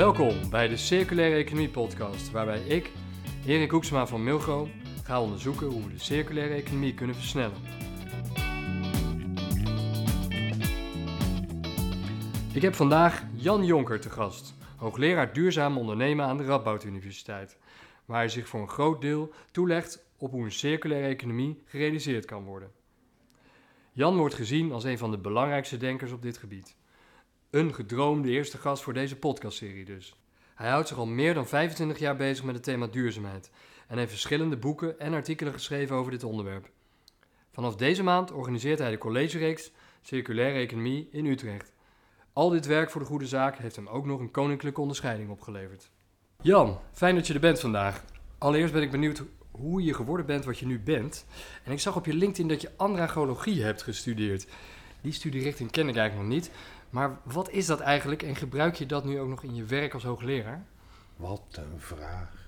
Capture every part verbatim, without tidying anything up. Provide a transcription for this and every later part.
Welkom bij de Circulaire Economie podcast, waarbij ik, Erik Hoeksma van Milgo, ga onderzoeken hoe we de circulaire economie kunnen versnellen. Ik heb vandaag Jan Jonker te gast, hoogleraar duurzaam ondernemen aan de Radboud Universiteit, waar hij zich voor een groot deel toelegt op hoe een circulaire economie gerealiseerd kan worden. Jan wordt gezien als een van de belangrijkste denkers op dit gebied. Een gedroomde eerste gast voor deze podcastserie dus. Hij houdt zich al meer dan vijfentwintig jaar bezig met het thema duurzaamheid en heeft verschillende boeken en artikelen geschreven over dit onderwerp. Vanaf deze maand organiseert hij de collegereeks Circulaire Economie in Utrecht. Al dit werk voor de goede zaak heeft hem ook nog een koninklijke onderscheiding opgeleverd. Jan, fijn dat je er bent vandaag. Allereerst ben ik benieuwd hoe je geworden bent wat je nu bent. En ik zag op je LinkedIn dat je andragologie hebt gestudeerd. Die studierichting ken ik eigenlijk nog niet. Maar wat is dat eigenlijk en gebruik je dat nu ook nog in je werk als hoogleraar? Wat een vraag.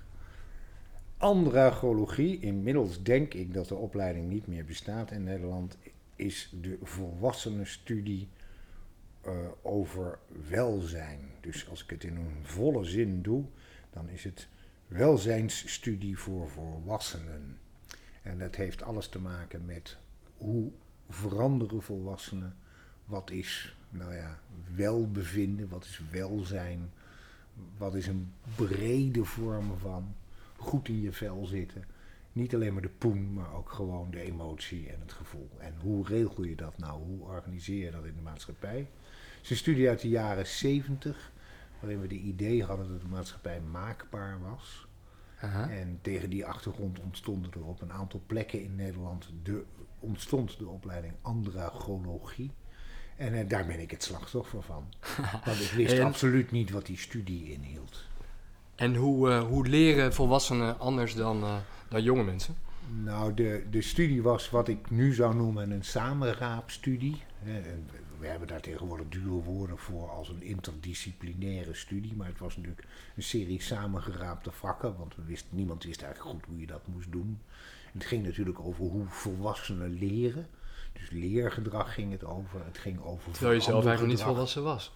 Andragologie, inmiddels denk ik dat de opleiding niet meer bestaat in Nederland, is de volwassenenstudie uh, over welzijn. Dus als ik het in een volle zin doe, dan is het welzijnsstudie voor volwassenen. En dat heeft alles te maken met hoe veranderen volwassenen. Wat is, nou ja, welbevinden, wat is welzijn, wat is een brede vorm van goed in je vel zitten. Niet alleen maar de poen, maar ook gewoon de emotie en het gevoel. En hoe regel je dat nou, hoe organiseer je dat in de maatschappij? Het is een studie uit de jaren zeventig, waarin we de idee hadden dat de maatschappij maakbaar was. Aha. En tegen die achtergrond ontstonden er op een aantal plekken in Nederland, de, ontstond de opleiding andragologie. En uh, daar ben ik het slachtoffer van. Want ik wist en, absoluut niet wat die studie inhield. En hoe, uh, hoe leren volwassenen anders dan, uh, dan jonge mensen? Nou, de, de studie was wat ik nu zou noemen een samenraapstudie. We hebben daar tegenwoordig dure woorden voor als een interdisciplinaire studie. Maar het was natuurlijk een serie samengeraapte vakken. Want we wist, niemand wist eigenlijk goed hoe je dat moest doen. En het ging natuurlijk over hoe volwassenen leren. Dus leergedrag ging het over. Het ging over terwijl je zelf eigenlijk niet volwassen was.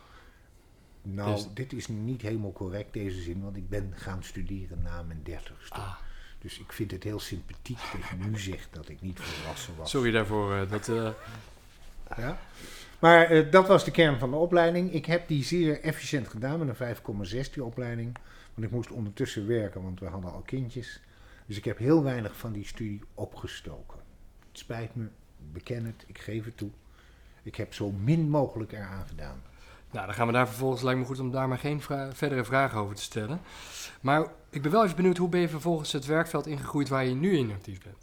Nou, dus dit is niet helemaal correct, deze zin. Want ik ben gaan studeren na mijn dertigste. Ah. Dus ik vind het heel sympathiek dat je nu zegt dat ik niet volwassen was. Sorry daarvoor. Uh, dat, uh... ja? Maar uh, dat was de kern van de opleiding. Ik heb die zeer efficiënt gedaan met een vijf komma zes die opleiding. Want ik moest ondertussen werken, want we hadden al kindjes. Dus ik heb heel weinig van die studie opgestoken. Het spijt me. Beken het, ik geef het toe. Ik heb zo min mogelijk eraan gedaan. Nou, dan gaan we daar vervolgens, lijkt me goed om daar maar geen vra- verdere vragen over te stellen. Maar ik ben wel even benieuwd, hoe ben je vervolgens het werkveld ingegroeid waar je nu in actief bent?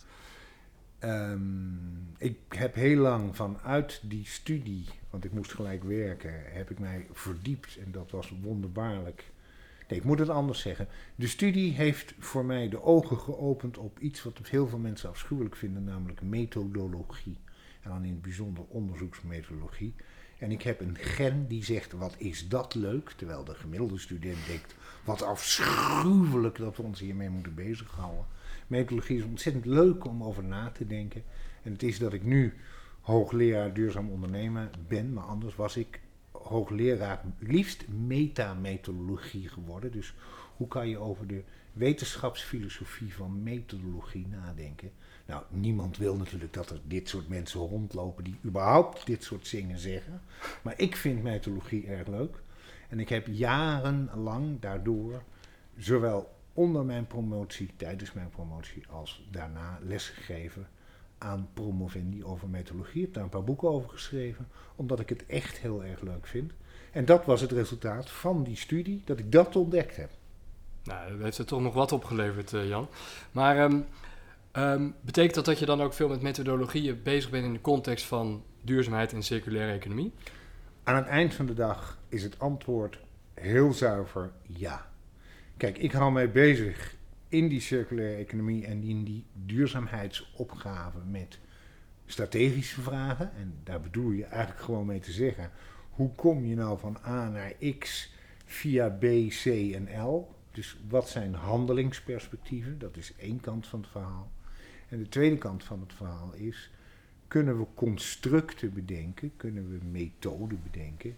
Um, ik heb heel lang vanuit die studie, want ik moest gelijk werken, heb ik mij verdiept en dat was wonderbaarlijk. Nee, ik moet het anders zeggen. De studie heeft voor mij de ogen geopend op iets wat heel veel mensen afschuwelijk vinden, namelijk methodologie. En dan in het bijzonder onderzoeksmethodologie. En ik heb een gen die zegt, wat is dat leuk? Terwijl de gemiddelde student denkt, wat afschuwelijk dat we ons hiermee moeten bezighouden. Methodologie is ontzettend leuk om over na te denken. En het is dat ik nu hoogleraar duurzaam ondernemen ben, maar anders was ik hoogleraar liefst metamethodologie geworden. Dus hoe kan je over de wetenschapsfilosofie van methodologie nadenken? Nou, niemand wil natuurlijk dat er dit soort mensen rondlopen die überhaupt dit soort dingen zeggen. Maar ik vind methodologie erg leuk. En ik heb jarenlang daardoor, zowel onder mijn promotie, tijdens mijn promotie, als daarna lesgegeven aan promovendi over methodologie. Ik heb daar een paar boeken over geschreven, omdat ik het echt heel erg leuk vind. En dat was het resultaat van die studie, dat ik dat ontdekt heb. Nou, dat heeft er toch nog wat opgeleverd, uh, Jan. Maar um, um, betekent dat dat je dan ook veel met methodologieën bezig bent in de context van duurzaamheid en circulaire economie? Aan het eind van de dag is het antwoord heel zuiver ja. Kijk, ik hou mij bezig in die circulaire economie en in die duurzaamheidsopgave met strategische vragen. En daar bedoel je eigenlijk gewoon mee te zeggen, hoe kom je nou van A naar X via B, C en L? Dus wat zijn handelingsperspectieven? Dat is één kant van het verhaal. En de tweede kant van het verhaal is, kunnen we constructen bedenken, kunnen we methoden bedenken,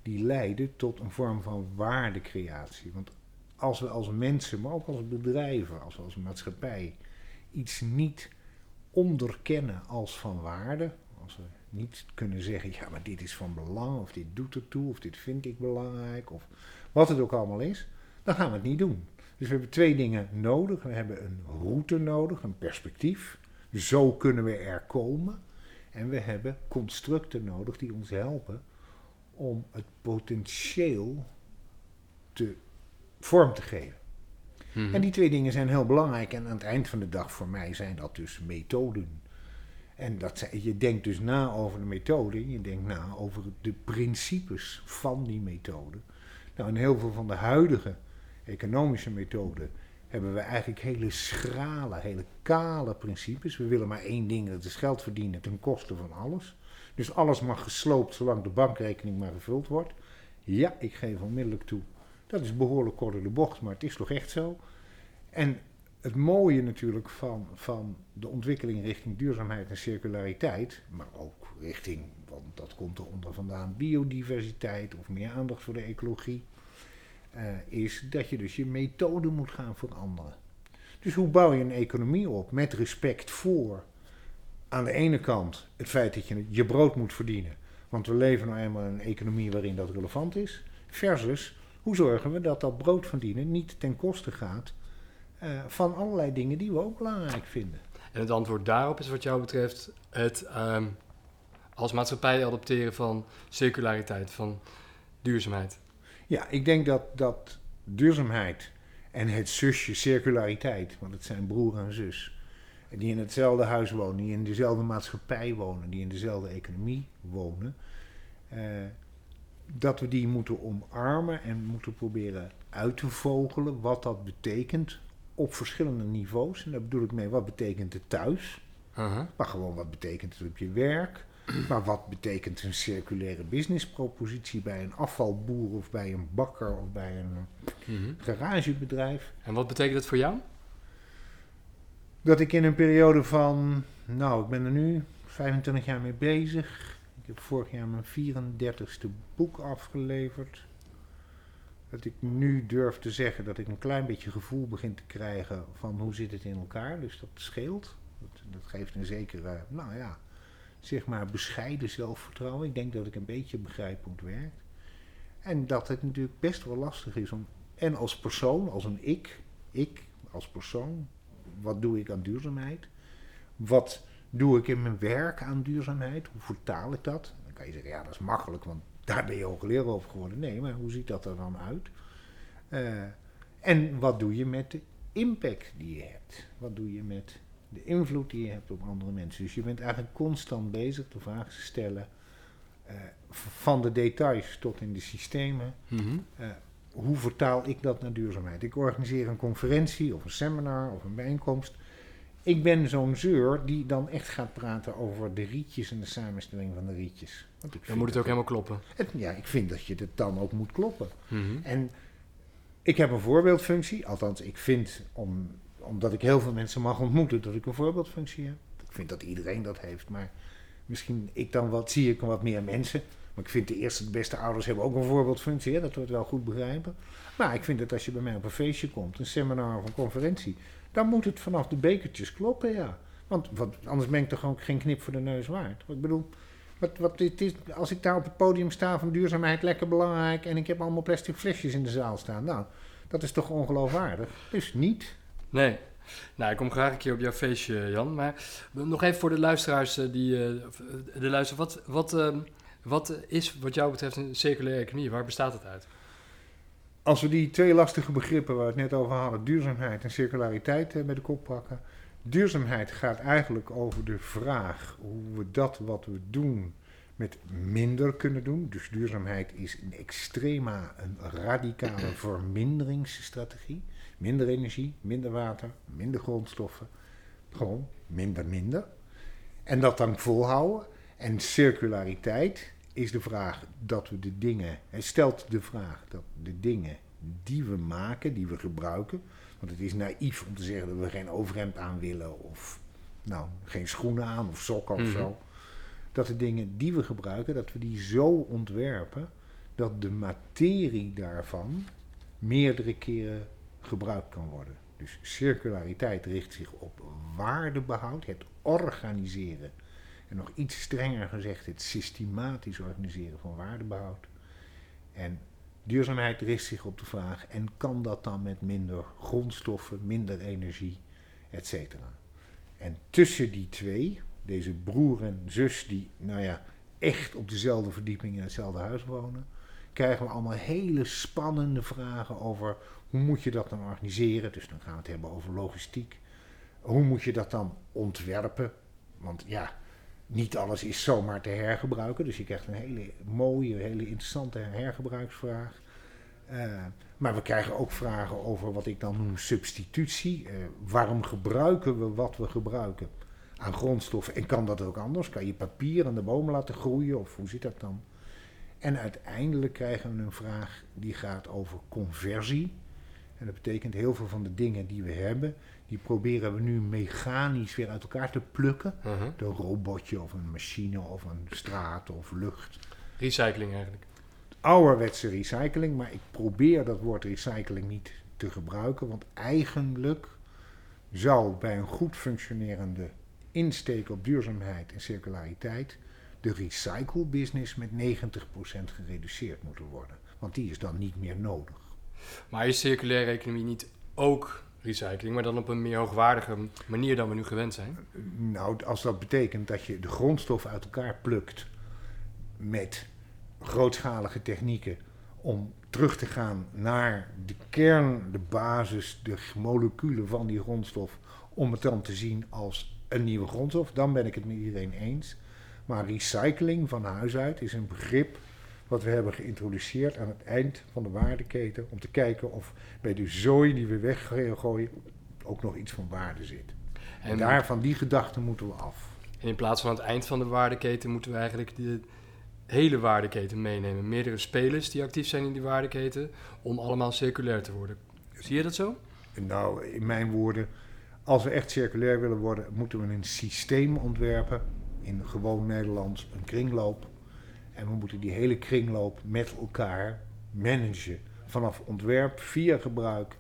die leiden tot een vorm van waardecreatie. Want als we als mensen, maar ook als bedrijven, als we als maatschappij iets niet onderkennen als van waarde, als we niet kunnen zeggen, ja, maar dit is van belang, of dit doet ertoe, of dit vind ik belangrijk, of wat het ook allemaal is, dan gaan we het niet doen. Dus we hebben twee dingen nodig. We hebben een route nodig, een perspectief. Zo kunnen we er komen. En we hebben constructen nodig die ons helpen om het potentieel te vorm te geven. Mm-hmm. En die twee dingen zijn heel belangrijk. En aan het eind van de dag voor mij zijn dat dus methoden. En dat zijn, je denkt dus na over de methode. Je denkt na over de principes van die methode. Nou, in heel veel van de huidige economische methoden hebben we eigenlijk hele schrale, hele kale principes. We willen maar één ding, dat is geld verdienen ten koste van alles. Dus alles mag gesloopt zolang de bankrekening maar gevuld wordt. Ja, ik geef onmiddellijk toe. Dat is behoorlijk kort door de bocht, maar het is toch echt zo. En het mooie natuurlijk van, van de ontwikkeling richting duurzaamheid en circulariteit, maar ook richting, want dat komt eronder vandaan, biodiversiteit of meer aandacht voor de ecologie, uh, is dat je dus je methode moet gaan veranderen. Dus hoe bouw je een economie op met respect voor aan de ene kant het feit dat je je brood moet verdienen, want we leven nou eenmaal in een economie waarin dat relevant is, versus hoe zorgen we dat dat brood verdienen niet ten koste gaat uh, van allerlei dingen die we ook belangrijk vinden. En het antwoord daarop is wat jou betreft het um, als maatschappij adopteren van circulariteit, van duurzaamheid. Ja, ik denk dat, dat duurzaamheid en het zusje circulariteit, want het zijn broer en zus, die in hetzelfde huis wonen, die in dezelfde maatschappij wonen, die in dezelfde economie wonen, uh, dat we die moeten omarmen en moeten proberen uit te vogelen wat dat betekent op verschillende niveaus. En daar bedoel ik mee, wat betekent het thuis? Uh-huh. Maar gewoon wat betekent het op je werk? Maar wat betekent een circulaire businesspropositie bij een afvalboer of bij een bakker of bij een uh-huh. garagebedrijf? En wat betekent het voor jou? Dat ik in een periode van, nou, ik ben er nu vijfentwintig jaar mee bezig. Ik heb vorig jaar mijn vierendertigste boek afgeleverd. Dat ik nu durf te zeggen dat ik een klein beetje gevoel begin te krijgen van hoe zit het in elkaar. Dus dat scheelt. Dat, dat geeft een zekere, nou ja, zeg maar bescheiden zelfvertrouwen. Ik denk dat ik een beetje begrijp hoe het werkt. En dat het natuurlijk best wel lastig is om, en als persoon, als een ik, ik als persoon, wat doe ik aan duurzaamheid? Wat doe ik in mijn werk aan duurzaamheid? Hoe vertaal ik dat? Dan kan je zeggen, ja, dat is makkelijk, want daar ben je hoogleraar over geworden. Nee, maar hoe ziet dat er dan uit? Uh, en wat doe je met de impact die je hebt? Wat doe je met de invloed die je hebt op andere mensen? Dus je bent eigenlijk constant bezig de vraag te stellen, uh, van de details tot in de systemen. Mm-hmm. Uh, hoe vertaal ik dat naar duurzaamheid? Ik organiseer een conferentie of een seminar of een bijeenkomst. Ik ben zo'n zeur die dan echt gaat praten over de rietjes en de samenstelling van de rietjes. Want ik dan moet het ook helemaal kloppen. Het, ja, ik vind dat je het dan ook moet kloppen. Mm-hmm. En ik heb een voorbeeldfunctie. Althans, ik vind, om, omdat ik heel veel mensen mag ontmoeten, dat ik een voorbeeldfunctie heb. Ik vind dat iedereen dat heeft. Maar misschien ik dan wat, zie ik wat meer mensen. Maar ik vind de eerste, de beste ouders hebben ook een voorbeeldfunctie. Hè? Dat wordt wel goed begrijpen. Maar ik vind dat als je bij mij op een feestje komt, een seminar of een conferentie, dan moet het vanaf de bekertjes kloppen, ja. Want wat, anders ben ik toch ook geen knip voor de neus waard. Ik bedoel, wat, wat dit is, als ik daar op het podium sta van duurzaamheid lekker belangrijk en ik heb allemaal plastic flesjes in de zaal staan, nou, dat is toch ongeloofwaardig? Dus niet. Nee. Nou, ik kom graag een keer op jouw feestje, Jan. Maar nog even voor de luisteraars die uh, de luisteren. Wat, wat, uh, wat is wat jou betreft een circulaire economie? Waar bestaat het uit? Als we die twee lastige begrippen waar we het net over hadden, duurzaamheid en circulariteit, uh, bij de kop pakken. Duurzaamheid gaat eigenlijk over de vraag hoe we dat wat we doen met minder kunnen doen. Dus duurzaamheid is in extrema een radicale verminderingsstrategie. Minder energie, minder water, minder grondstoffen. Gewoon minder, minder. En dat dan volhouden. En circulariteit is de vraag dat we de dingen... Het stelt de vraag dat de dingen die we maken, die we gebruiken... Want het is naïef om te zeggen dat we geen overhemd aan willen of nou, geen schoenen aan of sokken mm-hmm. of zo. Dat de dingen die we gebruiken, dat we die zo ontwerpen dat de materie daarvan meerdere keren gebruikt kan worden. Dus circulariteit richt zich op waardebehoud, het organiseren. En nog iets strenger gezegd, het systematisch organiseren van waardebehoud. En duurzaamheid richt zich op de vraag, en kan dat dan met minder grondstoffen, minder energie, et cetera. En tussen die twee, deze broer en zus die, nou ja, echt op dezelfde verdieping in hetzelfde huis wonen, krijgen we allemaal hele spannende vragen over hoe moet je dat dan organiseren. Dus dan gaan we het hebben over logistiek. Hoe moet je dat dan ontwerpen? Want ja, niet alles is zomaar te hergebruiken. Dus je krijgt een hele mooie, hele interessante hergebruiksvraag. Uh, maar we krijgen ook vragen over wat ik dan noem substitutie. Uh, waarom gebruiken we wat we gebruiken aan grondstoffen? En kan dat ook anders? Kan je papier aan de bomen laten groeien? Of hoe zit dat dan? En uiteindelijk krijgen we een vraag die gaat over conversie. En dat betekent heel veel van de dingen die we hebben, die proberen we nu mechanisch weer uit elkaar te plukken. Uh-huh. Door een robotje of een machine of een straat of lucht. Recycling eigenlijk. Ouderwetse recycling, maar ik probeer dat woord recycling niet te gebruiken, want eigenlijk zou bij een goed functionerende insteek op duurzaamheid en circulariteit de recycle business met negentig procent gereduceerd moeten worden. Want die is dan niet meer nodig. Maar is circulaire economie niet ook recycling, maar dan op een meer hoogwaardige manier dan we nu gewend zijn? Nou, als dat betekent dat je de grondstof uit elkaar plukt met grootschalige technieken om terug te gaan naar de kern, de basis, de moleculen van die grondstof, om het dan te zien als een nieuwe grondstof, dan ben ik het met iedereen eens. Maar recycling van huis uit is een begrip wat we hebben geïntroduceerd aan het eind van de waardeketen, om te kijken of bij de zooi die we weggooien ook nog iets van waarde zit. En, en daar van die gedachten moeten we af. En in plaats van het eind van de waardeketen moeten we eigenlijk de hele waardeketen meenemen. Meerdere spelers die actief zijn in die waardeketen, om allemaal circulair te worden. Zie je dat zo? Nou, in mijn woorden, als we echt circulair willen worden, moeten we een systeem ontwerpen, in gewoon Nederlands een kringloop. En we moeten die hele kringloop met elkaar managen. Vanaf ontwerp, via gebruik,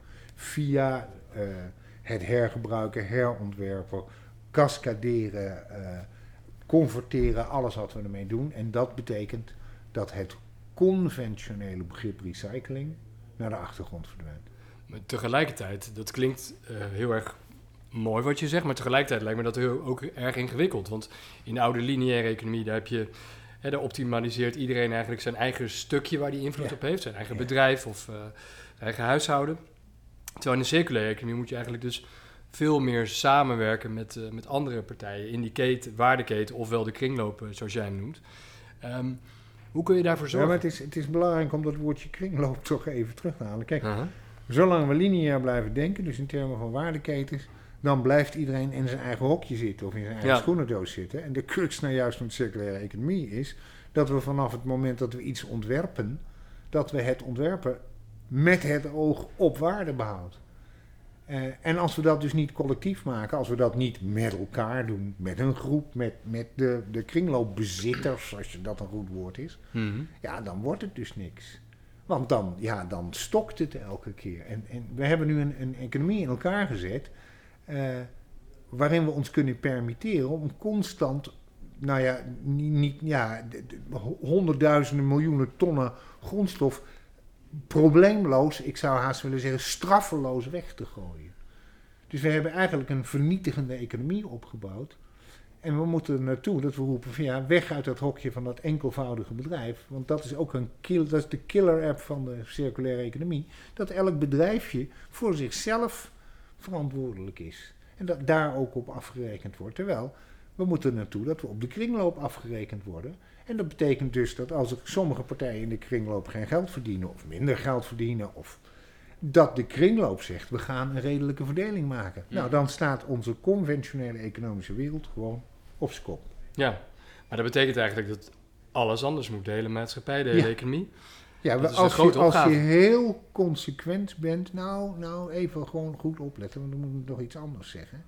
via uh, het hergebruiken, herontwerpen, cascaderen, uh, converteren, alles wat we ermee doen. En dat betekent dat het conventionele begrip recycling naar de achtergrond verdwijnt. Maar tegelijkertijd, dat klinkt uh, heel erg mooi wat je zegt, maar tegelijkertijd lijkt me dat heel, ook erg ingewikkeld. Want in de oude lineaire economie, daar heb je, hè, daar optimaliseert iedereen eigenlijk zijn eigen stukje waar die invloed ja. op heeft. Zijn eigen ja. bedrijf of uh, eigen huishouden. Terwijl in de circulaire economie moet je eigenlijk dus veel meer samenwerken met, uh, met andere partijen in die keten, waardeketen, ofwel de kringloop, zoals jij hem noemt. Um, hoe kun je daarvoor zorgen? Ja, maar het is, het is belangrijk om dat woordje kringloop toch even terug te halen. Kijk, uh-huh. zolang we lineair blijven denken, dus in termen van waardeketens, dan blijft iedereen in zijn eigen hokje zitten of in zijn eigen ja. schoenendoos zitten. En de crux nou juist van de circulaire economie is dat we vanaf het moment dat we iets ontwerpen, dat we het ontwerpen met het oog op waardebehoud. Uh, en als we dat dus niet collectief maken, als we dat niet met elkaar doen, met een groep, met, met de, de kringloopbezitters, als je dat een goed woord is, mm-hmm. ja, dan wordt het dus niks. Want dan, ja, dan stokt het elke keer. En, en we hebben nu een, een economie in elkaar gezet, Uh, waarin we ons kunnen permitteren om constant, nou ja, niet, niet ja, de, de, honderdduizenden miljoenen tonnen grondstof probleemloos, ik zou haast willen zeggen straffeloos weg te gooien. Dus we hebben eigenlijk een vernietigende economie opgebouwd en we moeten er naartoe dat we roepen van ja, weg uit dat hokje van dat enkelvoudige bedrijf, want dat is ook een kill, dat is de killer app van de circulaire economie, dat elk bedrijfje voor zichzelf verantwoordelijk is. En dat daar ook op afgerekend wordt. Terwijl, we moeten naartoe dat we op de kringloop afgerekend worden. En dat betekent dus dat als er sommige partijen in de kringloop geen geld verdienen, of minder geld verdienen, of dat de kringloop zegt, we gaan een redelijke verdeling maken. Ja. Nou, dan staat onze conventionele economische wereld gewoon op z'n kop. Ja, maar dat betekent eigenlijk dat alles anders moet, de hele maatschappij, de hele ja. economie. Ja, als je, als je heel consequent bent, nou, nou even gewoon goed opletten, want dan moet ik nog iets anders zeggen.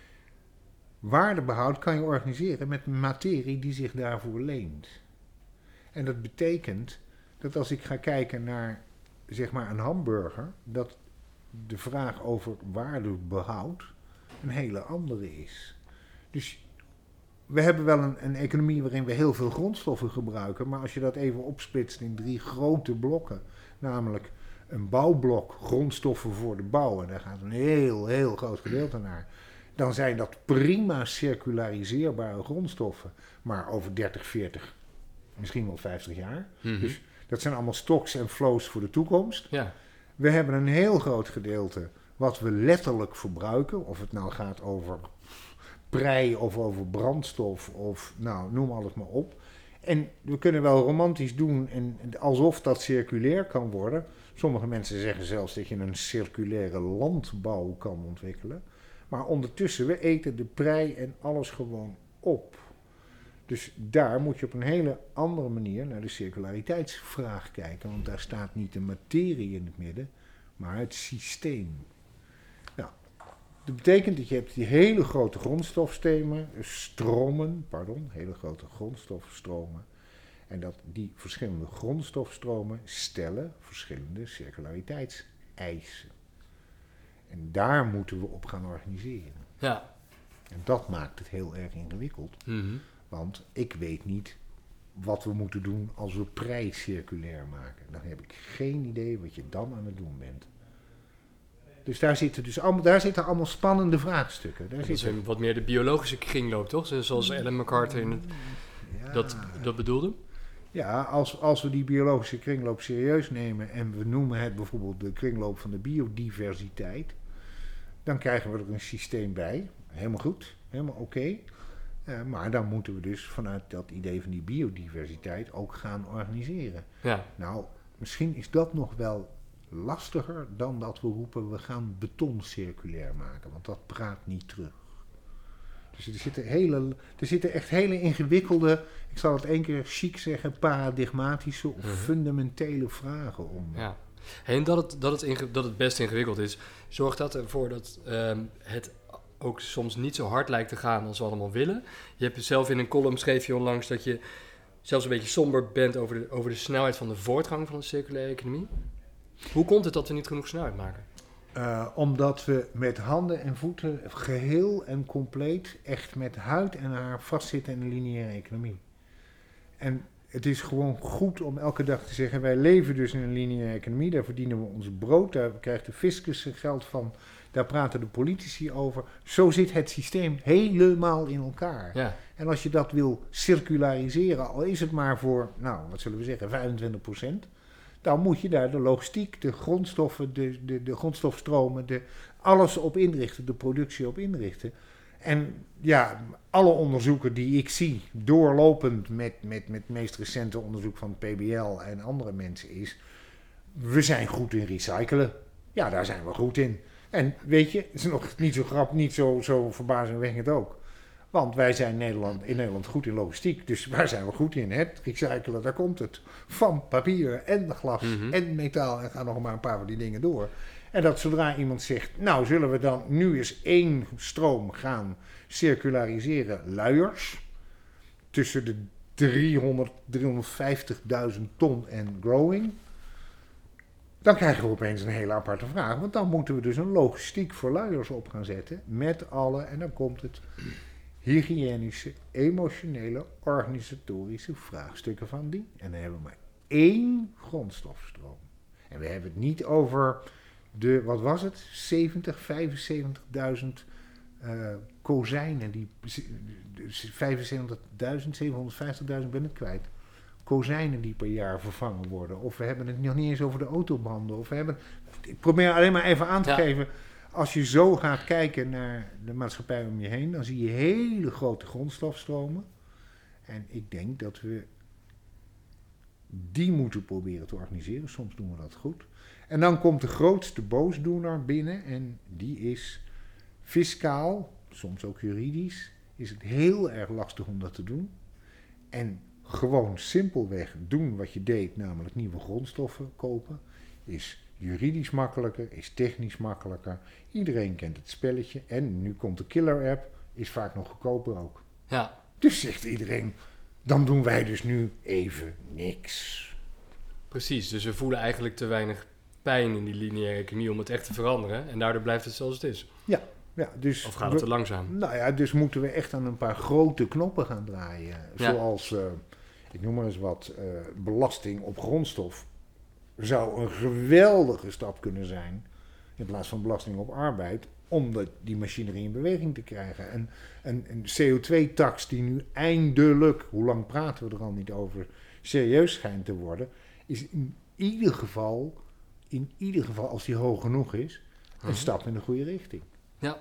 Waardebehoud kan je organiseren met materie die zich daarvoor leent. En dat betekent dat als ik ga kijken naar, zeg maar, een hamburger, dat de vraag over waardebehoud een hele andere is. Dus we hebben wel een, een economie waarin we heel veel grondstoffen gebruiken, maar als je dat even opsplitst in drie grote blokken, namelijk een bouwblok, grondstoffen voor de bouw, en daar gaat een heel, heel groot gedeelte naar, dan zijn dat prima circulariseerbare grondstoffen, maar over dertig, veertig, misschien wel vijftig jaar. Mm-hmm. Dus dat zijn allemaal stocks en flows voor de toekomst. Ja. We hebben een heel groot gedeelte wat we letterlijk verbruiken, of het nou gaat over prei of over brandstof of nou, noem alles maar op. En we kunnen wel romantisch doen en alsof dat circulair kan worden. Sommige mensen zeggen zelfs dat je een circulaire landbouw kan ontwikkelen. Maar ondertussen, we eten de prei en alles gewoon op. Dus daar moet je op een hele andere manier naar de circulariteitsvraag kijken. Want daar staat niet de materie in het midden, maar het systeem. Nou, dat betekent dat je hebt die hele grote grondstofstromen, stromen, pardon, hele grote grondstofstromen. En dat die verschillende grondstofstromen stellen verschillende circulariteitseisen. En daar moeten we op gaan organiseren. Ja. En dat maakt het heel erg ingewikkeld. Mm-hmm. Want ik weet niet wat we moeten doen als we prei circulair maken. Dan heb ik geen idee wat je dan aan het doen bent. Dus daar zitten, dus allemaal, daar zitten allemaal spannende vraagstukken. Daar Dat zitten... is wat meer de biologische kringloop, toch? Zoals Ellen MacArthur in het, ja. dat, dat bedoelde. Ja, als, als we die biologische kringloop serieus nemen en we noemen het bijvoorbeeld de kringloop van de biodiversiteit, dan krijgen we er een systeem bij. Helemaal goed, helemaal oké. Okay. Uh, maar dan moeten we dus vanuit dat idee van die biodiversiteit ook gaan organiseren. Ja. Nou, misschien is dat nog wel lastiger dan dat we roepen we gaan beton circulair maken, want dat praat niet terug. Dus er zitten, hele, er zitten echt hele ingewikkelde, ik zal het één keer chic zeggen, paradigmatische of uh-huh. fundamentele vragen om. Ja. En dat het, dat, het inge- dat het best ingewikkeld is, zorgt dat ervoor dat um, het ook soms niet zo hard lijkt te gaan als we allemaal willen. Je hebt zelf in een column schreef je onlangs dat je zelfs een beetje somber bent over de, over de snelheid van de voortgang van de circulaire economie. Hoe komt het dat we niet genoeg snelheid maken? Uh, omdat we met handen en voeten geheel en compleet echt met huid en haar vastzitten in de lineaire economie. En het is gewoon goed om elke dag te zeggen, wij leven dus in een lineaire economie, daar verdienen we ons brood, daar krijgt de fiscus geld van, daar praten de politici over. Zo zit het systeem helemaal in elkaar. Ja. En als je dat wil circulariseren, al is het maar voor, nou, wat zullen we zeggen, vijfentwintig procent... dan moet je daar de logistiek, de grondstoffen, de, de, de grondstofstromen, de, alles op inrichten, de productie op inrichten. En ja, alle onderzoeken die ik zie, doorlopend met, met, met het meest recente onderzoek van het P B L en andere mensen, is, we zijn goed in recyclen. Ja, daar zijn we goed in. En weet je, het is nog niet zo grap, niet zo, zo verbazingwekkend ook. Want wij zijn Nederland, in Nederland goed in logistiek, dus waar zijn we goed in? Het recyclen, daar komt het. Van papier en glas mm-hmm. en metaal en gaan nog maar een paar van die dingen door. En dat zodra iemand zegt, nou zullen we dan nu eens één stroom gaan circulariseren, luiers, tussen de driehonderd, driehonderdvijftigduizend ton en growing, dan krijgen we opeens een hele aparte vraag. Want dan moeten we dus een logistiek voor luiers op gaan zetten, met alle, en dan komt het, hygiënische, emotionele, organisatorische vraagstukken van die. En dan hebben we maar één grondstofstroom. En we hebben het niet over de, wat was het, zeventig, vijfenzeventigduizend uh, kozijnen, die vijfenzeventigduizend, zevenhonderdvijftigduizend ben ik kwijt. Kozijnen die per jaar vervangen worden. Of we hebben het nog niet eens over de autobanden. Of we hebben, ik probeer alleen maar even aan te ja. geven. Als je zo gaat kijken naar de maatschappij om je heen, dan zie je hele grote grondstofstromen. En ik denk dat we die moeten proberen te organiseren. Soms doen we dat goed. En dan komt de grootste boosdoener binnen en die is fiscaal, soms ook juridisch, is het heel erg lastig om dat te doen. En gewoon simpelweg doen wat je deed, namelijk nieuwe grondstoffen kopen, is juridisch makkelijker, is technisch makkelijker. Iedereen kent het spelletje. En nu komt de killer app, is vaak nog goedkoper ook. Ja. Dus zegt iedereen, dan doen wij dus nu even niks. Precies, dus we voelen eigenlijk te weinig pijn in die lineaire economie om het echt te veranderen. En daardoor blijft het zoals het is. Ja, dus of gaat het we, te langzaam? Nou ja, dus moeten we echt aan een paar grote knoppen gaan draaien. Ja. Zoals, uh, ik noem maar eens wat, uh, belasting op grondstof zou een geweldige stap kunnen zijn. In plaats van belasting op arbeid. Om de, die machinerie in beweging te krijgen. En een, een C O twee tax die nu eindelijk, hoe lang praten we er al niet over, serieus schijnt te worden. Is in ieder geval, in ieder geval als die hoog genoeg is, een uh-huh. stap in de goede richting. Ja.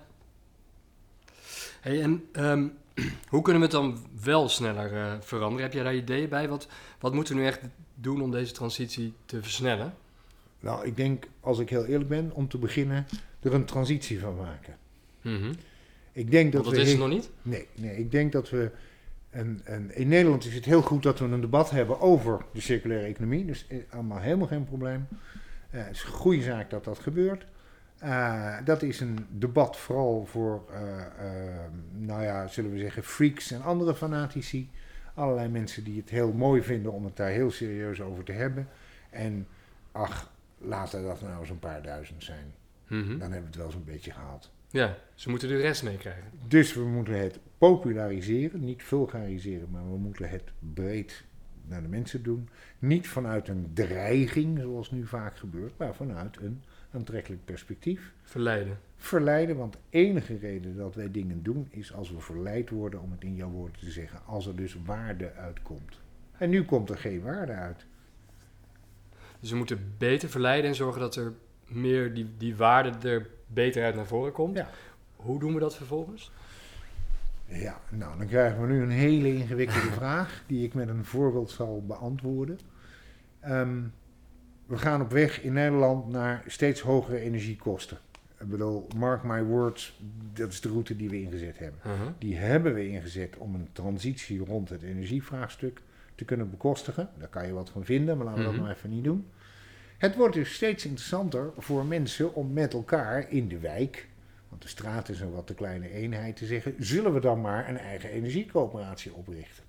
Hey, en um, hoe kunnen we het dan wel sneller uh, veranderen? Heb jij daar ideeën bij? Wat, wat moeten we nu echt doen om deze transitie te versnellen? Nou, ik denk, als ik heel eerlijk ben, om te beginnen er een transitie van maken. Mm-hmm. Ik denk dat Want dat we is het he- nog niet? Nee, nee, ik denk dat we... En, en in Nederland is het heel goed dat we een debat hebben over de circulaire economie. Dus eh, allemaal helemaal geen probleem. Uh, het is een goede zaak dat dat gebeurt. Uh, dat is een debat vooral voor, uh, uh, nou ja, zullen we zeggen, freaks en andere fanatici. Allerlei mensen die het heel mooi vinden om het daar heel serieus over te hebben. En ach, laten dat nou eens een paar duizend zijn. Mm-hmm. Dan hebben we het wel zo'n beetje gehaald. Ja, ze moeten de rest meekrijgen. Dus we moeten het populariseren, niet vulgariseren, maar we moeten het breed naar de mensen doen. Niet vanuit een dreiging, zoals nu vaak gebeurt, maar vanuit een aantrekkelijk perspectief. Verleiden. Verleiden, want de enige reden dat wij dingen doen is als we verleid worden, om het in jouw woorden te zeggen, als er dus waarde uitkomt. En nu komt er geen waarde uit. Dus we moeten beter verleiden en zorgen dat er meer die, die waarde er beter uit naar voren komt. Ja. Hoe doen we dat vervolgens? Ja, nou dan krijgen we nu een hele ingewikkelde vraag die ik met een voorbeeld zal beantwoorden. Um, we gaan op weg in Nederland naar steeds hogere energiekosten. Ik bedoel, mark my words, dat is de route die we ingezet hebben. Uh-huh. Die hebben we ingezet om een transitie rond het energievraagstuk te kunnen bekostigen. Daar kan je wat van vinden, maar laten we Mm-hmm. dat maar even niet doen. Het wordt dus steeds interessanter voor mensen om met elkaar in de wijk, want de straat is een wat te kleine eenheid, te zeggen, zullen we dan maar een eigen energiecoöperatie oprichten?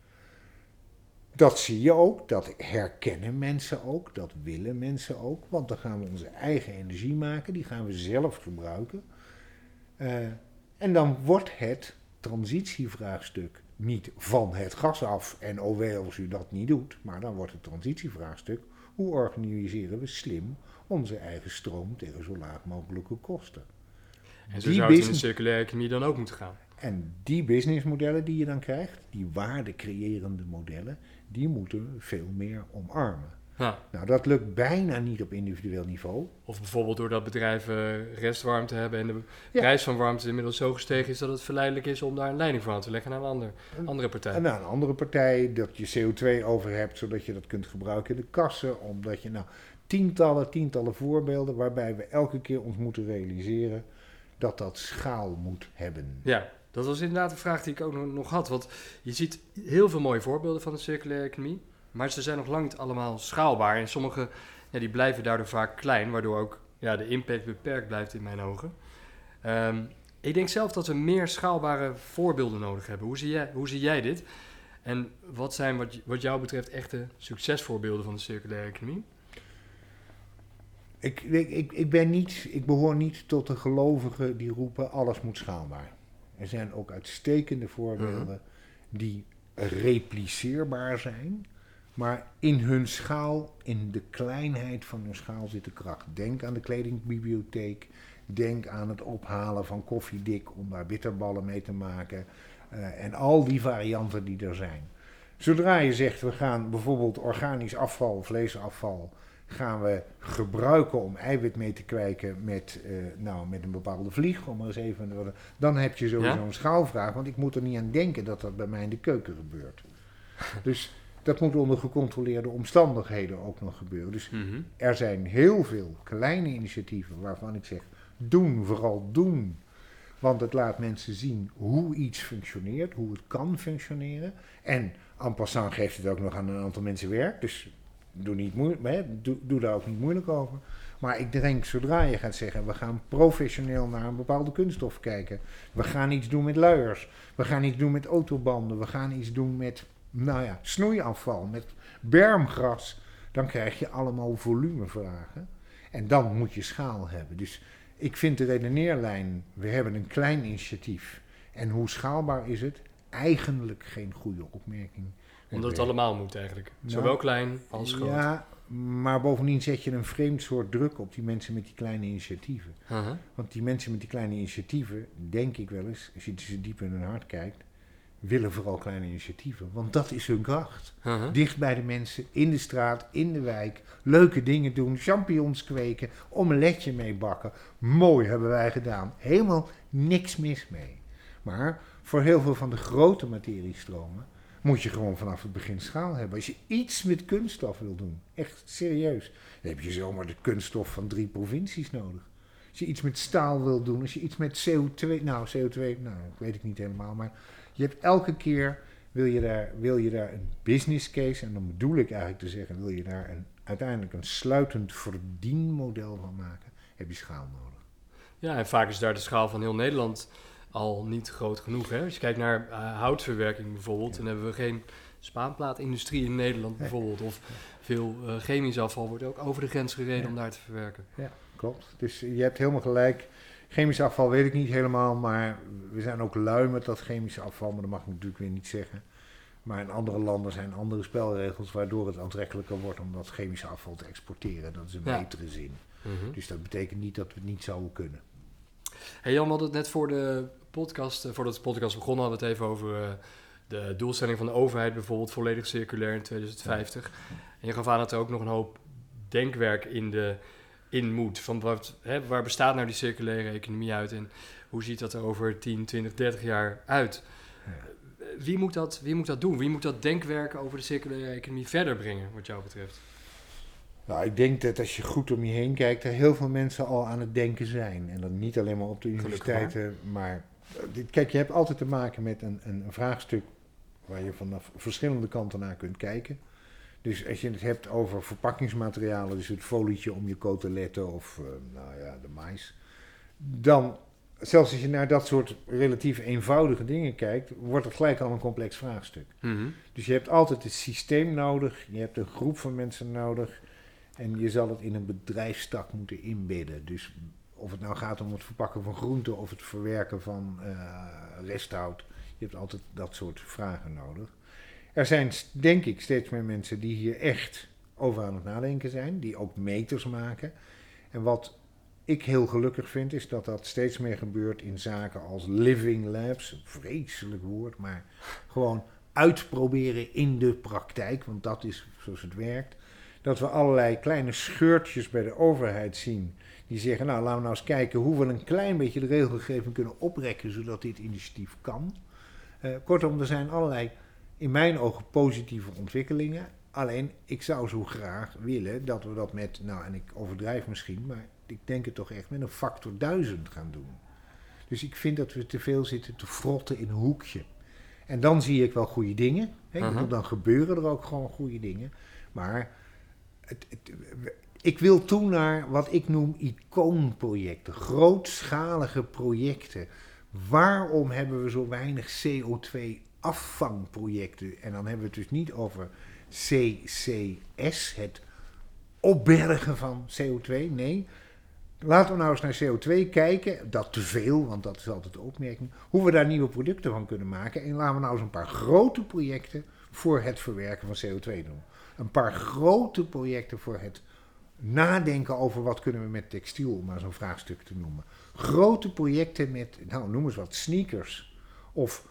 Dat zie je ook, dat herkennen mensen ook, dat willen mensen ook, want dan gaan we onze eigen energie maken, die gaan we zelf gebruiken. Uh, en dan wordt het transitievraagstuk niet van het gas af en oh wee als u dat niet doet, maar dan wordt het transitievraagstuk, hoe organiseren we slim onze eigen stroom tegen zo laag mogelijke kosten. En zo die zou het in de circulaire economie dan ook moeten gaan. En die businessmodellen die je dan krijgt, die waardecreërende modellen, die moeten we veel meer omarmen. Ja. Nou, dat lukt bijna niet op individueel niveau. Of bijvoorbeeld doordat bedrijven restwarmte hebben en de Ja. prijs van warmte inmiddels zo gestegen is dat het verleidelijk is om daar een leiding voor aan te leggen naar een ander, andere partij. En naar een andere partij, dat je C O twee over hebt, zodat je dat kunt gebruiken in de kassen. Omdat je, nou, tientallen, tientallen voorbeelden waarbij we elke keer ons moeten realiseren dat dat schaal moet hebben. Ja, dat was inderdaad een vraag die ik ook nog had. Want je ziet heel veel mooie voorbeelden van de circulaire economie, maar ze zijn nog lang niet allemaal schaalbaar. En sommige ja, die blijven daardoor vaak klein, waardoor ook ja, de impact beperkt blijft in mijn ogen. Um, ik denk zelf dat we meer schaalbare voorbeelden nodig hebben. Hoe zie jij, hoe zie jij dit? En wat zijn wat, wat jou betreft echte succesvoorbeelden van de circulaire economie? Ik, ik, ik, ben niet, ik behoor niet tot de gelovigen die roepen alles moet schaalbaar. Er zijn ook uitstekende voorbeelden uh-huh. die repliceerbaar zijn, maar in hun schaal, in de kleinheid van hun schaal zit de kracht. Denk aan de kledingbibliotheek, denk aan het ophalen van koffiedik om daar bitterballen mee te maken uh, en al die varianten die er zijn. Zodra je zegt we gaan bijvoorbeeld organisch afval, vleesafval, gaan we gebruiken om eiwit mee te kwijken met, uh, nou, met een bepaalde vlieg, om maar eens even, dan heb je sowieso ja? een schaalvraag, want ik moet er niet aan denken dat dat bij mij in de keuken gebeurt. Dus dat moet onder gecontroleerde omstandigheden ook nog gebeuren. Dus mm-hmm. er zijn heel veel kleine initiatieven waarvan ik zeg, doen, vooral doen. Want het laat mensen zien hoe iets functioneert, hoe het kan functioneren. En en passant geeft het ook nog aan een aantal mensen werk, dus doe, niet moeilijk, hè, doe, doe daar ook niet moeilijk over. Maar ik denk, zodra je gaat zeggen, we gaan professioneel naar een bepaalde kunststof kijken. We gaan iets doen met luiers. We gaan iets doen met autobanden. We gaan iets doen met, nou ja, snoeiafval, met bermgras. dan krijg je allemaal volumevragen. En dan moet je schaal hebben. Dus ik vind de redeneerlijn, we hebben een klein initiatief. En hoe schaalbaar is het? Eigenlijk geen goede opmerking. Omdat het allemaal moet eigenlijk. Nou, Zowel klein als groot. Ja, maar bovendien zet je een vreemd soort druk op die mensen met die kleine initiatieven. Uh-huh. Want die mensen met die kleine initiatieven, denk ik wel eens, als je ze diep in hun hart kijkt, willen vooral kleine initiatieven. Want dat is hun kracht. Uh-huh. Dicht bij de mensen, in de straat, in de wijk, leuke dingen doen, champignons kweken, omeletje mee bakken. Mooi hebben wij gedaan. Helemaal niks mis mee. Maar voor heel veel van de grote materiestromen moet je gewoon vanaf het begin schaal hebben. Als je iets met kunststof wil doen, echt serieus, dan heb je zomaar de kunststof van drie provincies nodig. Als je iets met staal wil doen, als je iets met C O twee, nou C O twee, nou dat weet ik niet helemaal, maar je hebt elke keer, wil je daar, wil je daar een business case, en dan bedoel ik eigenlijk te zeggen, wil je daar een, uiteindelijk een sluitend verdienmodel van maken, heb je schaal nodig. Ja, en vaak is daar de schaal van heel Nederland al niet groot genoeg. Hè? Als je kijkt naar uh, houtverwerking bijvoorbeeld, ja. Dan hebben we geen spaanplaatindustrie in Nederland bijvoorbeeld. Of veel uh, chemisch afval wordt ook over de grens gereden ja. om daar te verwerken. Ja, klopt. Dus je hebt helemaal gelijk. Chemisch afval weet ik niet helemaal, maar we zijn ook lui met dat chemische afval, maar dat mag ik natuurlijk weer niet zeggen. Maar in andere landen zijn andere spelregels waardoor het aantrekkelijker wordt om dat chemische afval te exporteren. Dat is een ja. betere zin. Mm-hmm. Dus dat betekent niet dat we het niet zouden kunnen. Hey Jan, we hadden het net voor de podcast, uh, voordat de podcast begon, hadden we het even over uh, de doelstelling van de overheid, bijvoorbeeld volledig circulair in twintig vijftig. Ja. En je gaf aan dat er ook nog een hoop denkwerk in, de, in moet. Van wat, hè, waar bestaat nou die circulaire economie uit en hoe ziet dat er over tien, twintig, dertig jaar uit? Ja. Wie moet dat, wie moet dat doen? Wie moet dat denkwerk over de circulaire economie verder brengen, wat jou betreft? Nou, ik denk dat als je goed om je heen kijkt, er heel veel mensen al aan het denken zijn. En dan niet alleen maar op de universiteiten, maar... Kijk, je hebt altijd te maken met een, een, een vraagstuk waar je vanaf verschillende kanten naar kunt kijken. Dus als je het hebt over verpakkingsmaterialen, dus het folietje om je coteletten of uh, nou ja, de mais. Dan, zelfs als je naar dat soort relatief eenvoudige dingen kijkt, wordt het gelijk al een complex vraagstuk. Mm-hmm. Dus je hebt altijd het systeem nodig, je hebt een groep van mensen nodig en je zal het in een bedrijfstak moeten inbedden. Dus of het nou gaat om het verpakken van groenten of het verwerken van uh, resthout. Je hebt altijd dat soort vragen nodig. Er zijn, denk ik, steeds meer mensen die hier echt over aan het nadenken zijn. Die ook meters maken. En wat ik heel gelukkig vind, is dat dat steeds meer gebeurt in zaken als living labs. Een vreselijk woord, maar gewoon uitproberen in de praktijk. Want dat is zoals het werkt. Dat we allerlei kleine scheurtjes bij de overheid zien. Die zeggen, nou laten we nou eens kijken hoe we een klein beetje de regelgeving kunnen oprekken, zodat dit initiatief kan. Uh, kortom, er zijn allerlei, in mijn ogen, positieve ontwikkelingen. Alleen, ik zou zo graag willen dat we dat met, nou en ik overdrijf misschien, maar ik denk het toch echt met een factor duizend gaan doen. Dus ik vind dat we te veel zitten te frotten in een hoekje. En dan zie ik wel goede dingen. Hè? Uh-huh. Dan gebeuren er ook gewoon goede dingen. Maar het, het, ik wil toe naar wat ik noem icoonprojecten. Grootschalige projecten. Waarom hebben we zo weinig C O twee afvangprojecten? En dan hebben we het dus niet over C C S, het opbergen van C O twee. Nee, laten we nou eens naar C O twee kijken. Dat te veel, want dat is altijd de opmerking. Hoe we daar nieuwe producten van kunnen maken. En laten we nou eens een paar grote projecten voor het verwerken van C O twee doen. Een paar grote projecten voor het nadenken over wat kunnen we met textiel, om maar zo'n vraagstuk te noemen. Grote projecten met, nou noem eens wat, sneakers of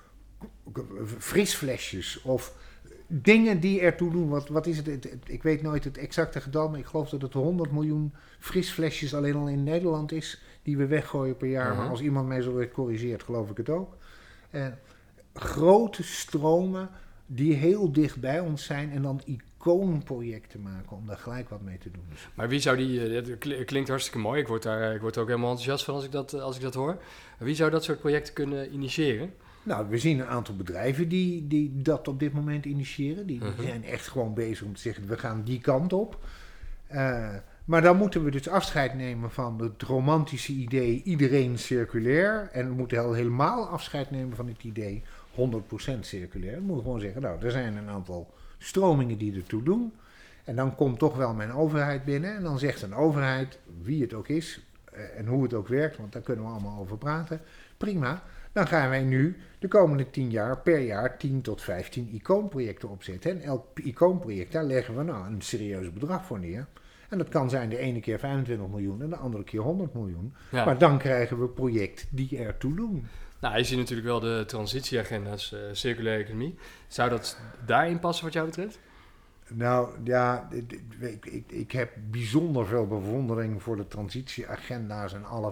frisflesjes of dingen die ertoe doen. Wat, wat is het, het, het? Ik weet nooit het exacte getal, maar ik geloof dat het honderd miljoen frisflesjes alleen al in Nederland is die we weggooien per jaar. Uh-huh. Maar als iemand mij zo weer corrigeert, geloof ik het ook. Uh, grote stromen die heel dicht bij ons zijn en dan icoonprojecten maken om daar gelijk wat mee te doen. Maar wie zou die, het klinkt hartstikke mooi, ik word daar ik word er ook helemaal enthousiast van als ik dat, als ik dat hoor. Wie zou dat soort projecten kunnen initiëren? Nou, we zien een aantal bedrijven die, die dat op dit moment initiëren. Die, uh-huh. die zijn echt gewoon bezig om te zeggen, we gaan die kant op. Uh, maar dan moeten we dus afscheid nemen van het romantische idee iedereen circulair. En we moeten helemaal afscheid nemen van het idee honderd procent circulair. We moeten gewoon zeggen, nou, er zijn een aantal stromingen die ertoe doen. En dan komt toch wel mijn overheid binnen. En dan zegt een overheid, wie het ook is uh, en hoe het ook werkt, want daar kunnen we allemaal over praten. Prima. Dan gaan wij nu de komende tien jaar per jaar tien tot vijftien icoonprojecten opzetten. En elk icoonproject, daar leggen we nou een serieus bedrag voor neer. En dat kan zijn de ene keer vijfentwintig miljoen en de andere keer honderd miljoen. Ja. Maar dan krijgen we projecten die ertoe doen. Nou, je ziet natuurlijk wel de transitieagenda's, uh, circulaire economie. Zou dat daarin passen wat jou betreft? Nou ja, ik, ik, ik heb bijzonder veel bewondering voor de transitieagenda's en alle